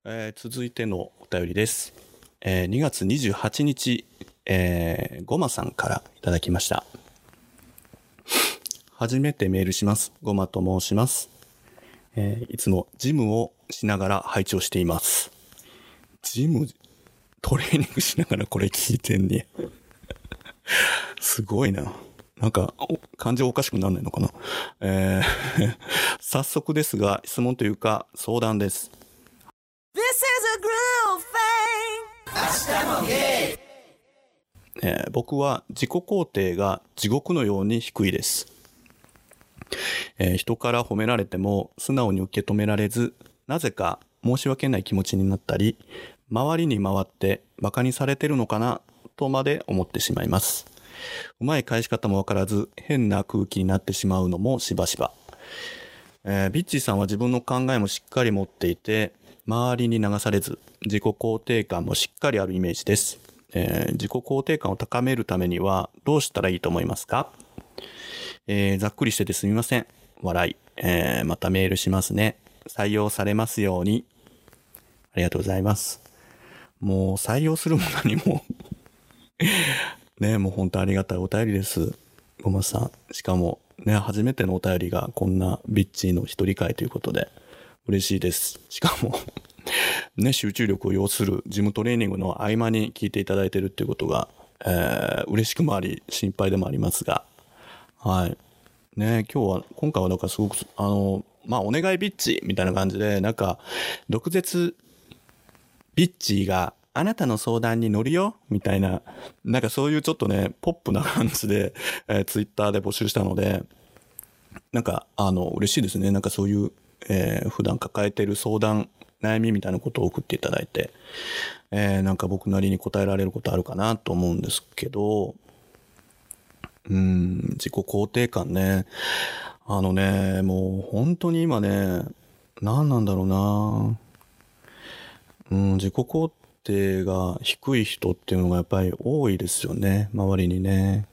続いてのお便りです。2月28日、ごまさんからいただきました。初めてメールします。ごまと申します。いつもジムをしながら拝聴しています。トレーニングしながらこれ聞いてんねすごいな。なんか、漢字おかしくなんないのかな。早速ですが、質問というか相談です。This is a groove thing. 僕は自己肯定が地獄のように低いです。人から褒められても素直に受け止められず、なぜか申し訳ない気持ちになったり、周りに回って馬鹿にされてるのかなとまで思ってしまいます。うまい返し方もわからず変な空気になってしまうのもしばしば。ビッチーさんは自分の考えもしっかり持っていて、周りに流されず自己肯定感もしっかりあるイメージです。自己肯定感を高めるためにはどうしたらいいと思いますか？ざっくりしててすみません。笑い。またメールしますね。採用されますように。ありがとうございます。もう採用するも何もね、もう本当ありがたいお便りです。ごまさん。しかもね、初めてのお便りがこんなビッチーの一人会ということで嬉しいです。しかもね、集中力を要するジムトレーニングの合間に聞いていただいているっていうことが、嬉しくもあり心配でもありますが、はい。ね、今回はなんかすごくお願いビッチみたいな感じで、なんか毒舌ビッチがあなたの相談に乗るよみたいな、なんかそういうちょっとねポップな感じで、ツイッターで募集したので、なんか嬉しいですね。なんかそういう、普段抱えてる相談悩みみたいなことを送っていただいて、なんか僕なりに答えられることあるかなと思うんですけど、自己肯定感ね。もう本当に今ね、何なんだろうな。自己肯定が低い人っていうのがやっぱり多いですよね。周りにね。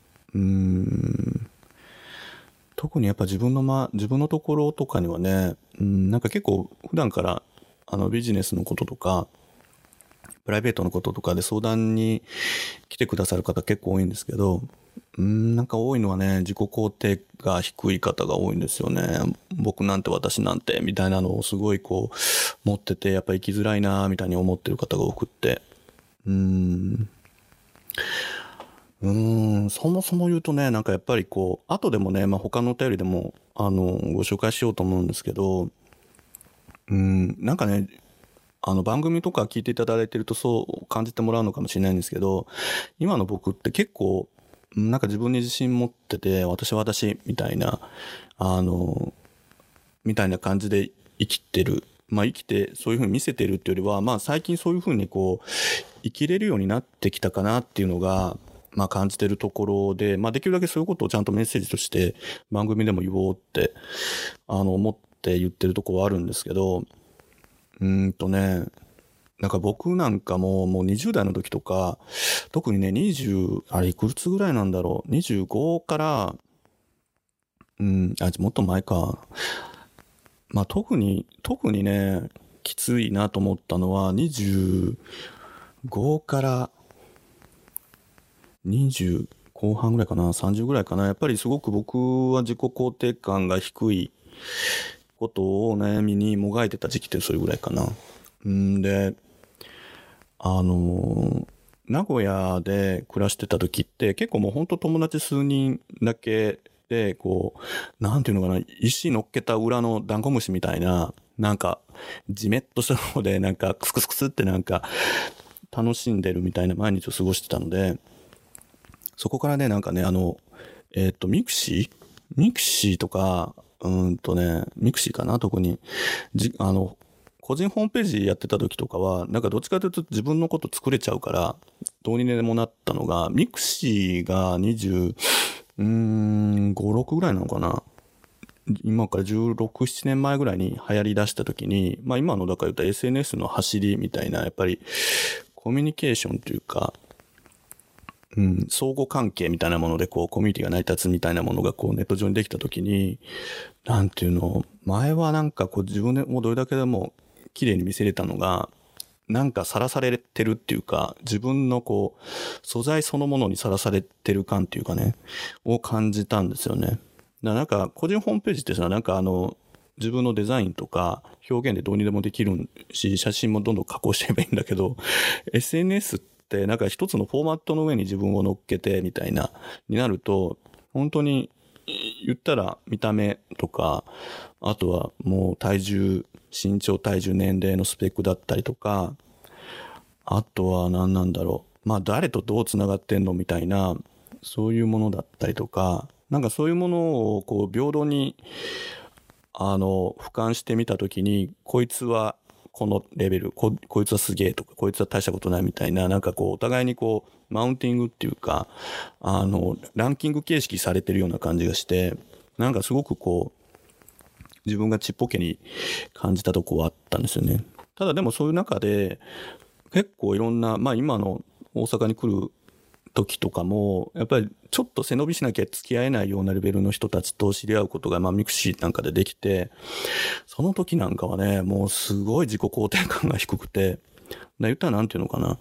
特にやっぱ自分のところとかにはね、なんか結構普段からビジネスのこととか、プライベートのこととかで相談に来てくださる方結構多いんですけど、なんか多いのはね、自己肯定が低い方が多いんですよね。僕なんて私なんてみたいなのをすごいこう持ってて、やっぱ生きづらいなみたいに思ってる方が多くって、そもそも言うとね、なんかやっぱりこう後でもね、他のお便りでもご紹介しようと思うんですけど、なんかね、番組とか聞いていただいてるとそう感じてもらうのかもしれないんですけど、今の僕って結構なんか自分に自信持ってて、私は私みたいなみたいな感じで生きてる。生きてそういう風に見せてるっていうよりは、最近そういう風にこう生きれるようになってきたかなっていうのが感じてるところで、できるだけそういうことをちゃんとメッセージとして番組でも言おうって思って言ってるところはあるんですけど、なんか僕なんかもう20代の時とか、特にね、いくつぐらいなんだろう。25から、もっと前か。特にね、きついなと思ったのは、25から20後半ぐらいかな、30ぐらいかな。やっぱりすごく僕は自己肯定感が低いことを悩みにもがいてた時期ってそれぐらいかな。で、名古屋で暮らしてた時って結構もうほんと友達数人だけで、こう、なんていうのかな、石乗っけた裏のダンゴムシみたいな、なんか、じめっとした方で、なんか、クスクスクスってなんか、楽しんでるみたいな毎日を過ごしてたので、そこからね、なんかね、ミクシーとか、ミクシーかな、特に、個人ホームページやってた時とかは、なんかどっちかというと自分のこと作れちゃうから、どうにでもなったのが、ミクシーが5、6ぐらいなのかな。今から16、7年前ぐらいに流行り出した時に、今のだから言った SNS の走りみたいな、やっぱりコミュニケーションというか、相互関係みたいなものでこうコミュニティが成り立つみたいなものがこうネット上にできた時に、なんていうの、前はなんかこう自分でもどれだけでも綺麗に見せれたのが、 なんかさらされてるっていうか、自分のこう、素材そのものにさらされてる感っていうかね、を感じたんですよね。だからなんか、個人ホームページってさ、なんか自分のデザインとか表現でどうにでもできるし、写真もどんどん加工してればいいんだけど、SNS ってなんか一つのフォーマットの上に自分を乗っけてみたいな、になると、本当に言ったら見た目とか、あとはもう身長、体重、年齢のスペックだったりとか、あとは何なんだろう。まあ誰とどうつながってんのみたいな、そういうものだったりとか、なんかそういうものをこう平等に、俯瞰してみたときに、こいつはこのレベル、こいつはすげえとか、こいつは大したことないみたいな、なんかこうお互いにこう、マウンティングっていうか、ランキング形式されてるような感じがして、なんかすごくこう、自分がちっぽけに感じたとこはあったんですよね。ただでもそういう中で、結構いろんな、まあ今の大阪に来る時とかも、やっぱりちょっと背伸びしなきゃ付き合えないようなレベルの人たちと知り合うことが、まあミクシーなんかでできて、その時なんかはね、もうすごい自己肯定感が低くて、言ったらなんていうのかな。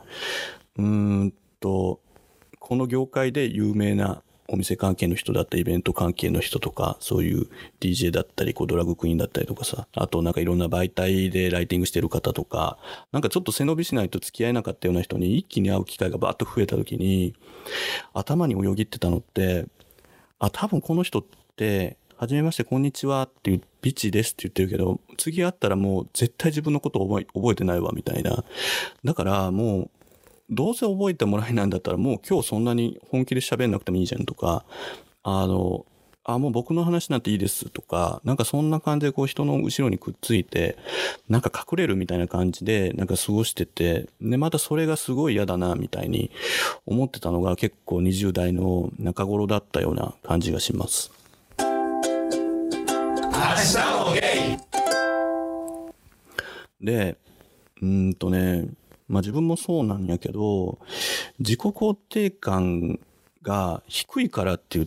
この業界で有名なお店関係の人だったり、イベント関係の人とか、そういう DJ だったり、ドラッグクイーンだったりとかさ、あとなんかいろんな媒体でライティングしてる方とか、なんかちょっと背伸びしないと付き合えなかったような人に一気に会う機会がバーッと増えた時に、頭によぎってたのって、多分この人って、はじめまして、こんにちはっていう、ビチですって言ってるけど、次会ったらもう絶対自分のことを覚えてないわ、みたいな。だからもう、どうせ覚えてもらえないんだったらもう今日そんなに本気で喋んなくてもいいじゃんとか、もう僕の話なんていいですとか、なんかそんな感じでこう人の後ろにくっついて、なんか隠れるみたいな感じでなんか過ごしてて、で、またそれがすごい嫌だなみたいに思ってたのが結構20代の中頃だったような感じがします。で、まあ自分もそうなんやけど、自己肯定感が低いからって言って、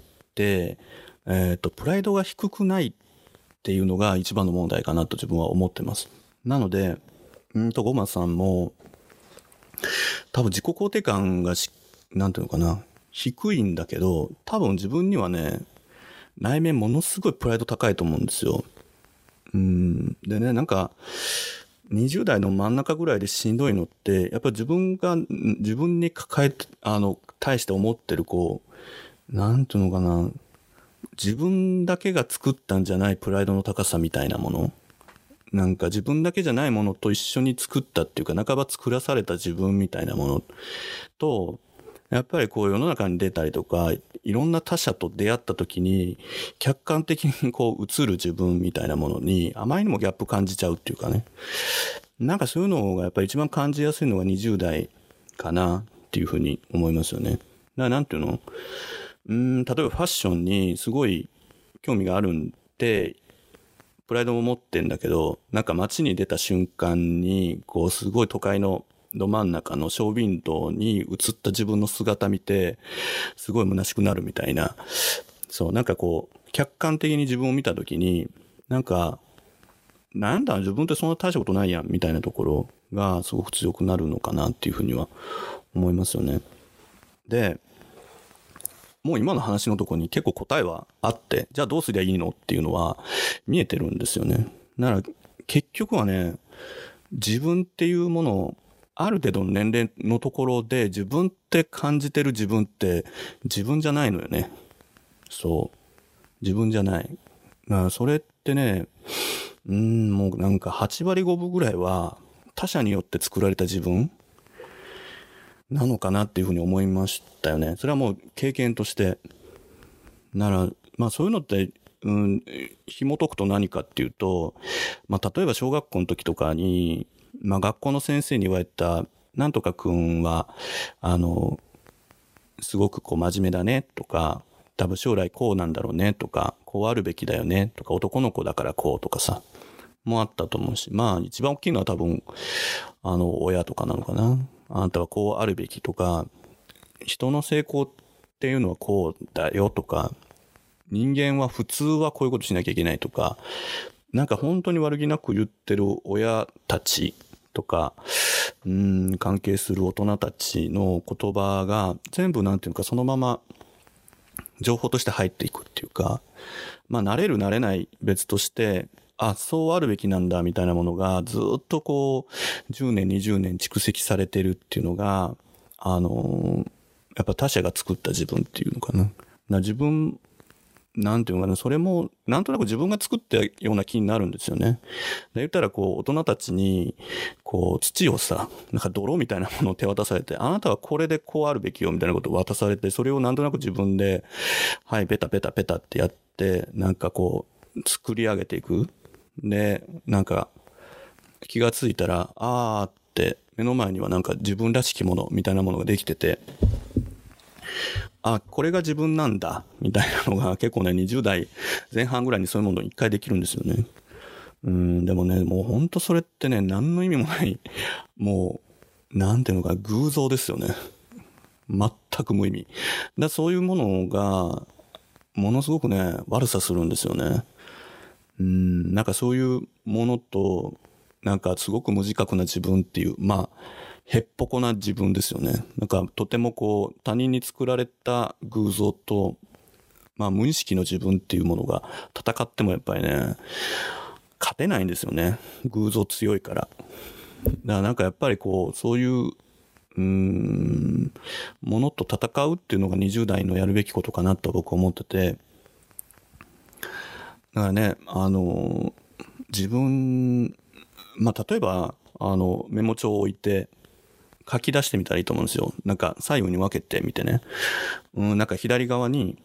プライドが低くないっていうのが一番の問題かなと自分は思ってます。なので、ゴマさんも、多分自己肯定感がなんていうのかな、低いんだけど、多分自分にはね、内面ものすごいプライド高いと思うんですよ。でね、なんか、20代の真ん中ぐらいでしんどいのって、やっぱり自分に対して思ってるなんていうのかな、自分だけが作ったんじゃないプライドの高さみたいなもの。なんか自分だけじゃないものと一緒に作ったっていうか、半ば作らされた自分みたいなものと、やっぱり世の中に出たりとか、いろんな他者と出会った時に、客観的に映る自分みたいなものに、あまりにもギャップ感じちゃうっていうかね。なんかそういうのがやっぱり一番感じやすいのが20代かなっていうふうに思いますよね。だからなんていうの？例えばファッションにすごい興味があるんで、プライドも持ってんだけど、なんか街に出た瞬間に、すごい都会のど真ん中のショーウィンドウに映った自分の姿見て、すごい虚しくなるみたいな。そう、なんか客観的に自分を見たときに、なんか、なんだ、自分ってそんな大したことないやん、みたいなところがすごく強くなるのかなっていうふうには思いますよね。で、もう今の話のところに結構答えはあって、じゃあどうすりゃいいのっていうのは見えてるんですよね。だから結局はね、自分っていうものをある程度の年齢のところで自分って感じてる自分って自分じゃないのよね。そう。自分じゃない。だからそれってね、もうなんか8割5分ぐらいは他者によって作られた自分なのかなっていうふうに思いましたよね。それはもう経験として。なら、まあそういうのって、紐解くと何かっていうと、まあ例えば小学校の時とかに、まあ学校の先生に言われた、なんとかくんは、すごく真面目だねとか、多分将来こうなんだろうねとか、こうあるべきだよねとか、男の子だからこうとかさ、もあったと思うし、まあ一番大きいのは多分、親とかなのかな。あなたはこうあるべきとか、人の成功っていうのはこうだよとか、人間は普通はこういうことしなきゃいけないとか、なんか本当に悪気なく言ってる親たちとか、 関係する大人たちの言葉が全部なんていうかそのまま情報として入っていくっていうか、まあ慣れる慣れない別として、そうあるべきなんだみたいなものがずっとこう10年20年蓄積されてるっていうのが、やっぱ他者が作った自分っていうのかな。自分なんていうのかな、それもなんとなく自分が作ったような気になるんですよね。で言ったらこう大人たちにこう土をさ、なんか泥みたいなものを手渡されて、あなたはこれでこうあるべきよみたいなことを渡されて、それをなんとなく自分ではいペタペタペタってやって、なんかこう作り上げていく。でなんか気がついたらって目の前にはなんか自分らしきものみたいなものができてて、これが自分なんだみたいなのが結構ね20代前半ぐらいにそういうものを一回できるんですよね。でもねもうほんとそれってね何の意味もないもうなんていうのか偶像ですよね。全く無意味だ。そういうものがものすごくね悪さするんですよね。なんかそういうものとなんかすごく無自覚な自分っていう、まあへっぽこな自分ですよね。なんかとてもこう他人に作られた偶像と、まあ無意識の自分っていうものが戦ってもやっぱりね勝てないんですよね。偶像強いから。だからなんかやっぱりこうそういうものと戦うっていうのが20代のやるべきことかなと僕は思ってて、だからね自分まあ例えばメモ帳を置いて書き出してみたらいいと思うんですよ。なんか左右に分けてみてね。なんか左側に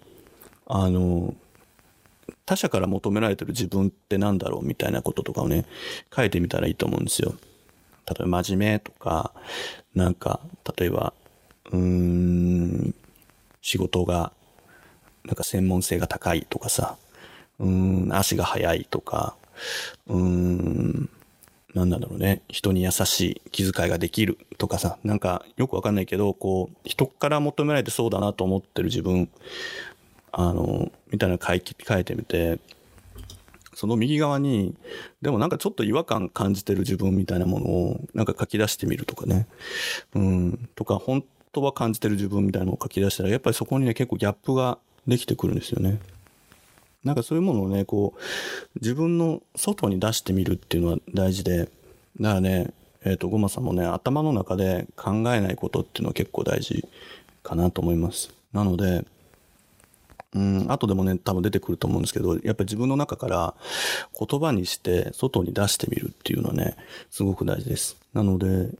他者から求められてる自分ってなんだろうみたいなこととかをね書いてみたらいいと思うんですよ。例えば真面目とか、なんか例えば仕事がなんか専門性が高いとかさ、足が速いとか、なんだろうね、人に優しい気遣いができるとかさ、なんかよくわかんないけどこう人から求められてそうだなと思ってる自分みたいなの書いてみて、その右側にでもなんかちょっと違和感感じてる自分みたいなものをなんか書き出してみるとかね、とか本当は感じてる自分みたいなのを書き出したらやっぱりそこにね結構ギャップができてくるんですよね。なんかそういうものをねこう自分の外に出してみるっていうのは大事で、だからねゴマさんもね頭の中で考えないことっていうのは結構大事かなと思います。なので後でもね多分出てくると思うんですけど、やっぱり自分の中から言葉にして外に出してみるっていうのはねすごく大事です。なので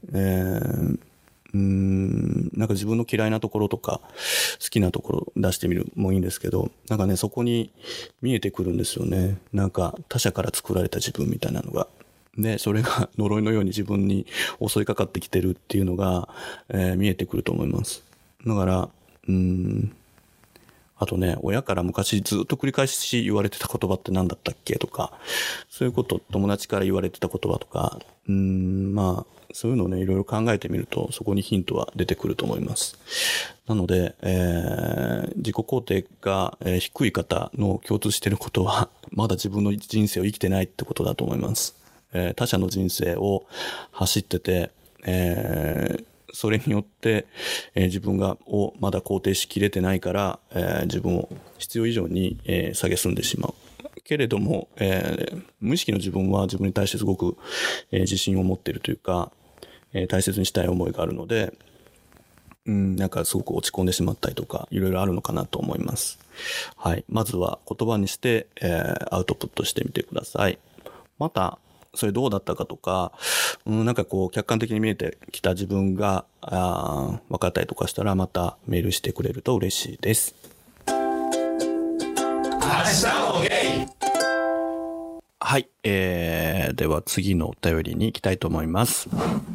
なんか自分の嫌いなところとか好きなところ出してみるもいいんですけど、なんかねそこに見えてくるんですよね。なんか他者から作られた自分みたいなのが。でそれが呪いのように自分に襲いかかってきてるっていうのが、見えてくると思います。だからあとね、親から昔ずっと繰り返し言われてた言葉って何だったっけとか、そういうこと、友達から言われてた言葉とか、まあ、そういうのをね、いろいろ考えてみると、そこにヒントは出てくると思います。なので、自己肯定が、低い方の共通していることは、まだ自分の人生を生きてないってことだと思います。他者の人生を走ってて、それによって、自分をまだ肯定しきれてないから、自分を必要以上に、蔑んでしまう。けれども、無意識の自分は自分に対してすごく、自信を持っているというか、大切にしたい思いがあるので、なんかすごく落ち込んでしまったりとか、いろいろあるのかなと思います。はい。まずは言葉にして、アウトプットしてみてください。また、それどうだったかとか、なんかこう客観的に見えてきた自分が分かったりとかしたらまたメールしてくれると嬉しいです。はい、では次のお便りに行きたいと思います。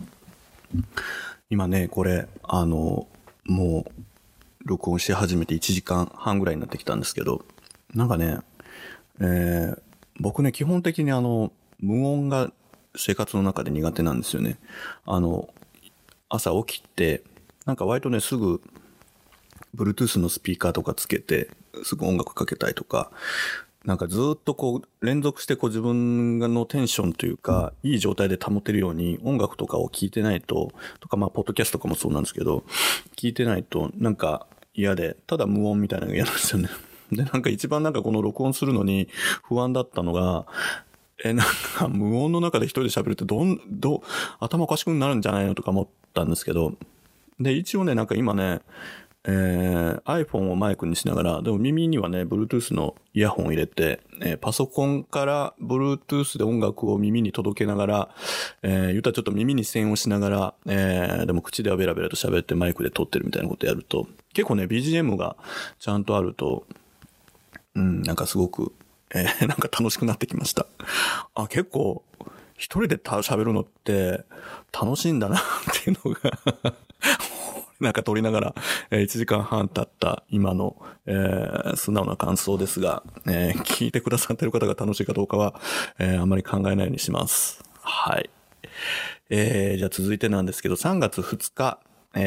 今ねこれもう録音し始めて1時間半ぐらいになってきたんですけど、なんかね、僕ね基本的に無音が生活の中で苦手なんですよね。朝起きてなんか割とねすぐ Bluetooth のスピーカーとかつけてすぐ音楽かけたいとかなんかずっとこう連続してこう自分のテンションというか、いい状態で保てるように音楽とかを聴いてないと、とかまあポッドキャストとかもそうなんですけど、聴いてないとなんか嫌で、ただ無音みたいなのが嫌なんですよね。で、なんか一番なんかこの録音するのに不安だったのが、なんか無音の中で一人で喋るって頭おかしくなるんじゃないのとか思ったんですけど、で、一応ね、なんか今ね、iPhone をマイクにしながら、でも耳にはね、Bluetooth のイヤホンを入れて、パソコンから Bluetooth で音楽を耳に届けながら、言ったらちょっと耳に線をしながら、でも口ではベラベラと喋ってマイクで撮ってるみたいなことやると、結構ね、BGM がちゃんとあると、なんかすごく、なんか楽しくなってきました。あ、結構、一人で喋るのって楽しいんだなっていうのがなんか撮りながら、1時間半経った今の、素直な感想ですが、聞いてくださってる方が楽しいかどうかは、あんまり考えないようにします。はい。じゃあ続いてなんですけど、3月2日、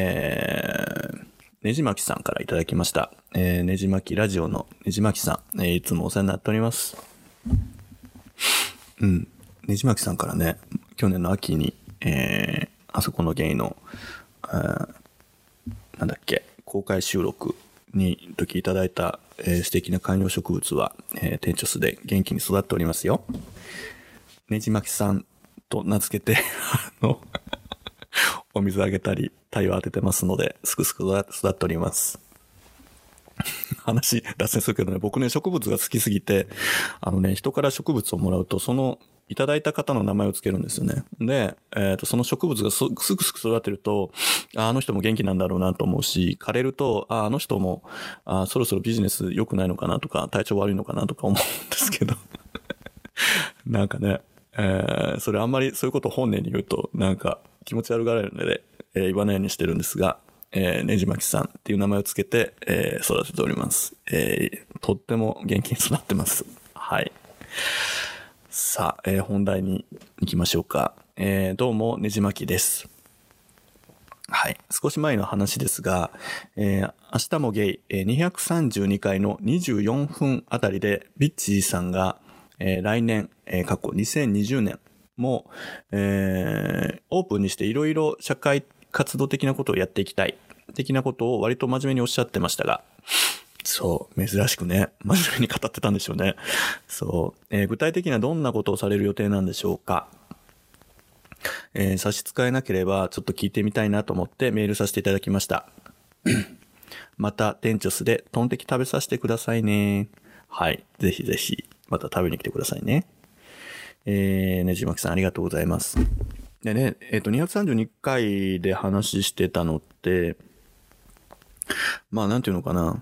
ねじまきさんからいただきました。ねじまきラジオのねじまきさん、いつもお世話になっております。ねじまきさんからね、去年の秋に、あそこのゲイの、なんだっけ、公開収録に時いただいた、素敵な観葉植物は、店長巣で元気に育っておりますよ。ねじまきさんと名付けてお水あげたり太陽当ててますので、すくすく育っております。話脱線するけどね、僕ね、植物が好きすぎて、人から植物をもらうと、そのいただいた方の名前をつけるんですよね。で、その植物がすくすく育てると、あの人も元気なんだろうなと思うし、枯れると、あの人も、そろそろビジネス良くないのかなとか、体調悪いのかなとか思うんですけど。なんかね、それあんまりそういうことを本音に言うと、なんか気持ち悪がられるので、言わないようにしてるんですが、ねじまきさんっていう名前をつけて、育てております。とっても元気に育ってます。はい。さあ、本題に行きましょうか。どうも、ねじまきです。はい。少し前の話ですが、明日もゲイ、232回の24分あたりで、ビッチーさんが、来年、過去2020年も、オープンにしていろいろ社会活動的なことをやっていきたい、的なことを割と真面目におっしゃってましたが、そう、珍しくね、真面目に語ってたんでしょうね。そう、具体的にはどんなことをされる予定なんでしょうか。差し支えなければちょっと聞いてみたいなと思ってメールさせていただきました。また、店長スでトンテキ食べさせてくださいね。はい、ぜひぜひ、また食べに来てくださいね。ねじまきさんありがとうございます。でね、232回で話してたのって、まあなんていうのかな。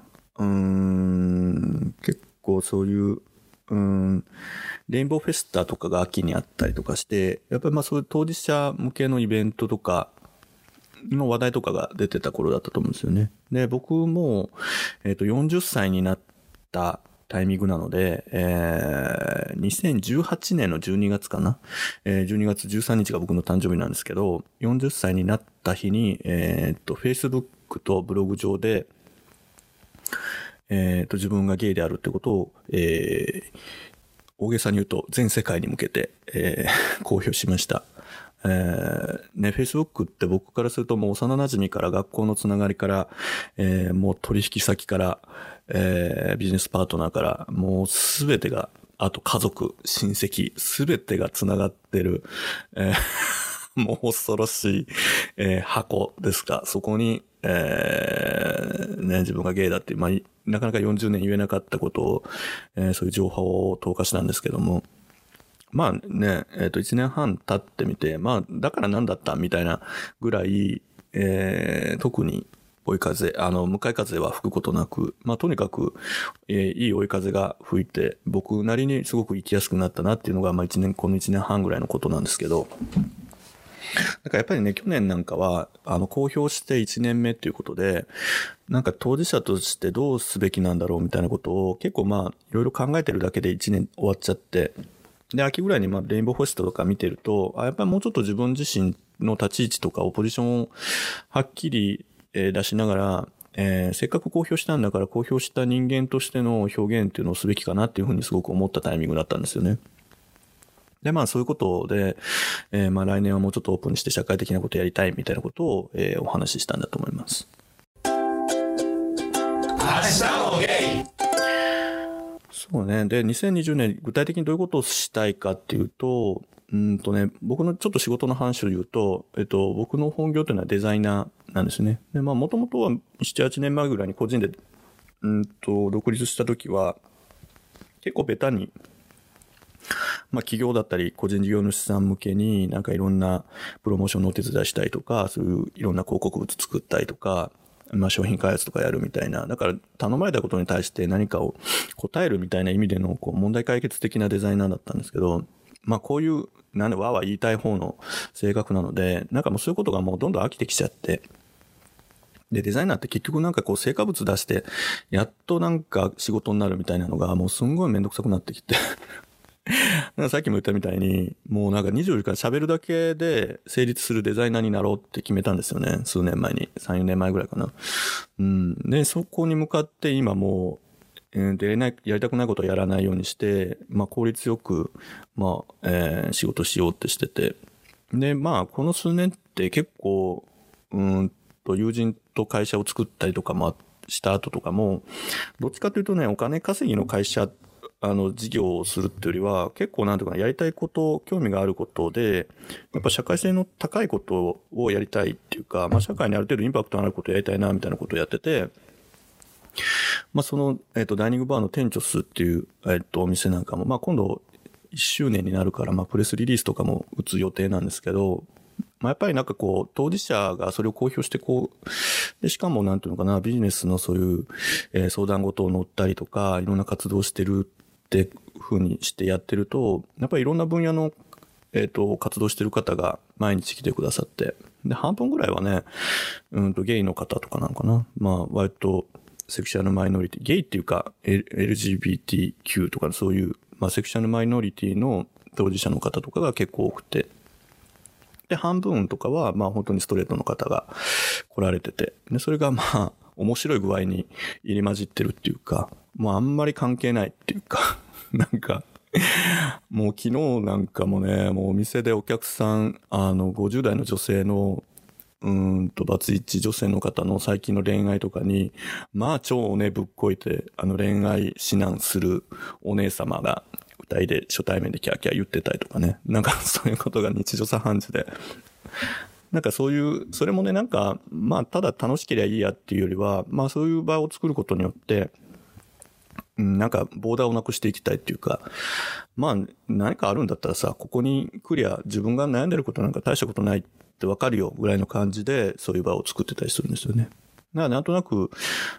結構そういう、レインボーフェスタとかが秋にあったりとかして、やっぱりまあそういう当事者向けのイベントとかの話題とかが出てた頃だったと思うんですよね。で、僕も、40歳になったタイミングなので、2018年の12月かな。12月13日が僕の誕生日なんですけど、40歳になった日に、Facebook とブログ上で、自分がゲイであるってことを、大げさに言うと全世界に向けて、公表しました。Facebook って僕からするともう幼馴染から学校のつながりから、もう取引先から、ビジネスパートナーからもうすべてが、あと家族、親戚、すべてがつながってる、もう恐ろしい、箱ですが、そこに、自分がゲイだっていう、まあ、なかなか40年言えなかったことを、そういう情報を投下したんですけども、まあね、1年半経ってみて、まあ、だから何だったみたいなぐらい、特に追い風、向かい風は吹くことなく、まあとにかく、いい追い風が吹いて、僕なりにすごく生きやすくなったなっていうのが、まあこの1年半ぐらいのことなんですけど、なんかやっぱりね、去年なんかは、公表して1年目っていうことで、なんか当事者としてどうすべきなんだろうみたいなことを結構まあ、いろいろ考えてるだけで1年終わっちゃって、で、秋ぐらいにまあ、レインボーフェストとか見てると、やっぱりもうちょっと自分自身の立ち位置とかポジションをはっきり出しながら、 せっかく公表したんだから公表した人間としての表現っていうのをすべきかなっていうふうにすごく思ったタイミングだったんですよね。で、そういうことで、来年はもうちょっとオープンにして社会的なことをやりたいみたいなことを、お話ししたんだと思います。そうね。で、2020年、具体的にどういうことをしたいかっていうと、僕のちょっと仕事の話を言うと、僕の本業というのはデザイナーなんですね。で、もともとは7、8年前ぐらいに個人で、独立した時は、結構ベタに、企業だったり個人事業主さん向けになんかいろんなプロモーションのお手伝いしたりとか、そういういろんな広告物作ったりとか、商品開発とかやるみたいな。だから頼まれたことに対して何かを答えるみたいな意味での問題解決的なデザイナーだったんですけど、こういう、わーわー言いたい方の性格なので、なんかもうそういうことがもうどんどん飽きてきちゃって、で、デザイナーって結局なんか成果物出して、やっとなんか仕事になるみたいなのがもうすんごいめんどくさくなってきて。さっきも言ったみたいに、もうなんか24時間喋るだけで成立するデザイナーになろうって決めたんですよね。数年前に。3、4年前ぐらいかな。で、そこに向かって今もう、やりたくないことはやらないようにして、効率よく、仕事しようってしてて。で、この数年って結構、友人と会社を作ったりとかもした後とかも、どっちかというとね、お金稼ぎの会社事業をするっていうよりは、結構なんていうかな、やりたいこと、興味があることで、やっぱ社会性の高いことをやりたいっていうか、社会にある程度インパクトのあることをやりたいな、みたいなことをやってて、その、ダイニングバーのテンチョスっていう、お店なんかも、今度1周年になるから、プレスリリースとかも打つ予定なんですけど、やっぱりなんか当事者がそれを公表してで、しかもなんていうのかな、ビジネスのそういう、相談事を乗ったりとか、いろんな活動をしてるって風にしてやってると、やっぱりいろんな分野の、活動してる方が毎日来てくださって、で、半分ぐらいはね、ゲイの方とかなのかな。割とセクシャルマイノリティ、ゲイっていうか、LGBTQ とかそういう、セクシャルマイノリティの当事者の方とかが結構多くて、で、半分とかは、本当にストレートの方が来られてて、で、それが面白い具合に入り混じってるっていうか、あんまり関係ないっていうか、なんか、もう昨日なんかもね、もうお店でお客さん、50代の女性の、バツイチ女性の方の最近の恋愛とかに、超ね、ぶっこいて、恋愛指南するお姉様が、二人で初対面でキャーキャー言ってたりとかね。なんかそういうことが日常茶飯事で。なんかそういう、それもね、なんか、ただ楽しければいいやっていうよりは、そういう場を作ることによって、なんかボーダーをなくしていきたいっていうか、何かあるんだったらさ、ここに来りゃ自分が悩んでることなんか大したことないってわかるよぐらいの感じで、そういう場を作ってたりするんですよね。だからなんとなく、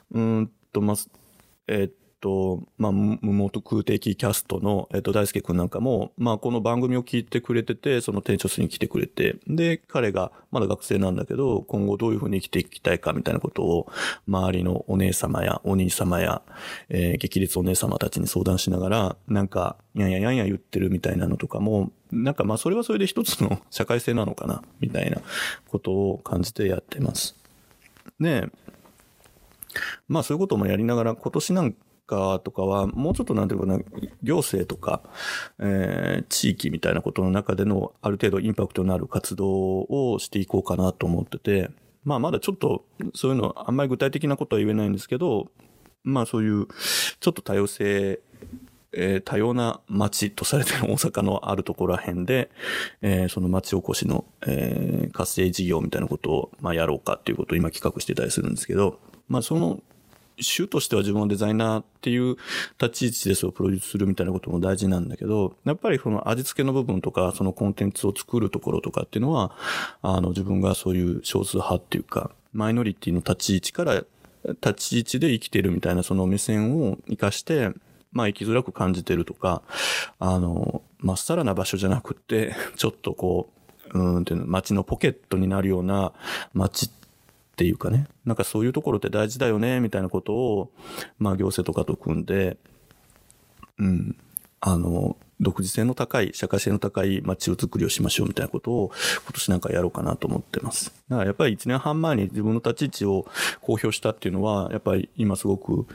無元空的キャストの、大輔くんなんかも、この番組を聞いてくれてて、そのテンショスに来てくれて、で、彼がまだ学生なんだけど、今後どういうふうに生きていきたいかみたいなことを、周りのお姉様やお兄様や、激烈お姉様たちに相談しながら、なんか、やんや言ってるみたいなのとかも、なんかそれはそれで一つの社会性なのかな、みたいなことを感じてやってます。で、そういうこともやりながら、今年なんかとかは、もうちょっとなんていうかな、行政とか、地域みたいなことの中でのある程度インパクトのある活動をしていこうかなと思ってて、まだちょっとそういうのあんまり具体的なことは言えないんですけど、そういうちょっと多様性、多様な街とされている大阪のあるところら辺で、その街おこしの、活性事業みたいなことをやろうかっていうことを今企画してたりするんですけど、その主としては自分のデザイナーっていう立ち位置でそれをプロデュースするみたいなことも大事なんだけど、やっぱりその味付けの部分とか、そのコンテンツを作るところとかっていうのは、自分がそういう少数派っていうか、マイノリティの立ち位置から立ち位置で生きてるみたいなその目線を活かして、生きづらく感じてるとか、まっさらな場所じゃなくて、ちょっと街のポケットになるような街っていうかね、なんかそういうところって大事だよね、みたいなことを、行政とかと組んで、 独自性の高い、社会性の高い街を作りをしましょうみたいなことを今年なんかやろうかなと思ってます。だからやっぱり1年半前に自分の立ち位置を公表したっていうのは、やっぱり今すごく、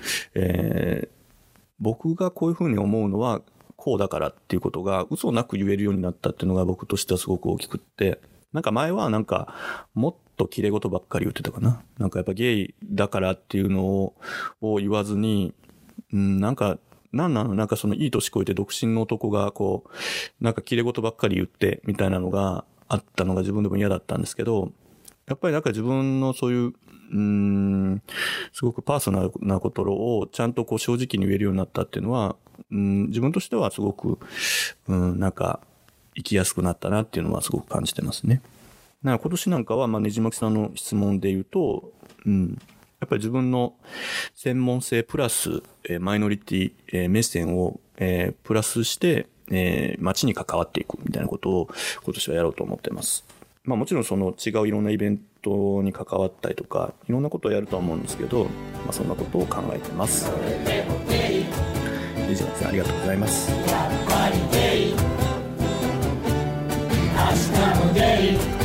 僕がこういうふうに思うのはこうだからっていうことが嘘なく言えるようになったっていうのが僕としてはすごく大きくって、なんか前はなんかもっと綺麗事ばっかり言ってたかな。なんかやっぱゲイだからっていうのを言わずに、なんかそのいい年こいて独身の男がこう、なんか綺麗事ばっかり言ってみたいなのがあったのが自分でも嫌だったんですけど、やっぱりなんか自分のそういう、すごくパーソナルなことをちゃんとこう正直に言えるようになったっていうのは、自分としてはすごく、なんか生きやすくなったなっていうのはすごく感じてますね。今年なんかは、ねじまきさんの質問で言うと、やっぱり自分の専門性プラス、マイノリティ、目線を、プラスして、街に関わっていくみたいなことを今年はやろうと思ってます。もちろんその違ういろんなイベントに関わったりとか、いろんなことをやるとは思うんですけど、そんなことを考えてます。ねじまきさんありがとうございます。やっぱりゲイ、明日もゲイ